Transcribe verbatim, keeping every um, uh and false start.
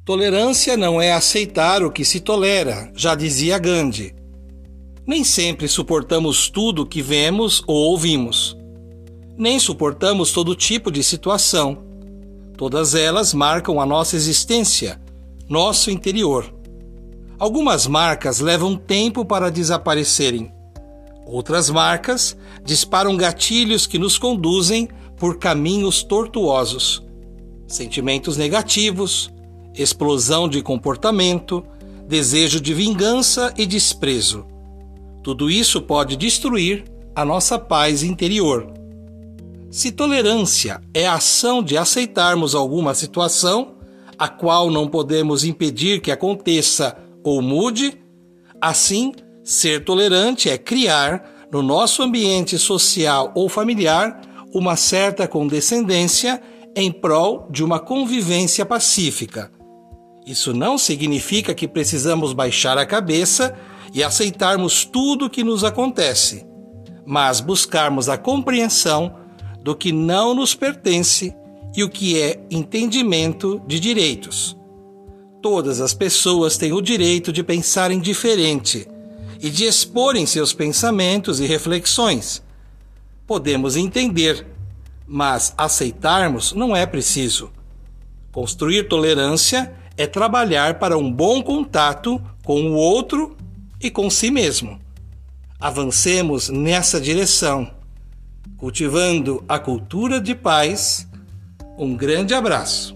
Tolerância não é aceitar o que se tolera, já dizia Gandhi. Nem sempre suportamos tudo que vemos ou ouvimos. Nem suportamos todo tipo de situação. Todas elas marcam a nossa existência, nosso interior. Algumas marcas levam tempo para desaparecerem. Outras marcas disparam gatilhos que nos conduzem por caminhos tortuosos. Sentimentos negativos, explosão de comportamento, desejo de vingança e desprezo. Tudo isso pode destruir a nossa paz interior. Se tolerância é a ação de aceitarmos alguma situação, a qual não podemos impedir que aconteça ou mude, assim, ser tolerante é criar, no nosso ambiente social ou familiar, uma certa condescendência em prol de uma convivência pacífica. Isso não significa que precisamos baixar a cabeça e aceitarmos tudo o que nos acontece, mas buscarmos a compreensão do que não nos pertence e o que é entendimento de direitos. Todas as pessoas têm o direito de pensarem diferente e de exporem seus pensamentos e reflexões. Podemos entender, mas aceitarmos não é preciso. Construir tolerância é trabalhar para um bom contato com o outro e com si mesmo. Avancemos nessa direção, cultivando a cultura de paz. Um grande abraço.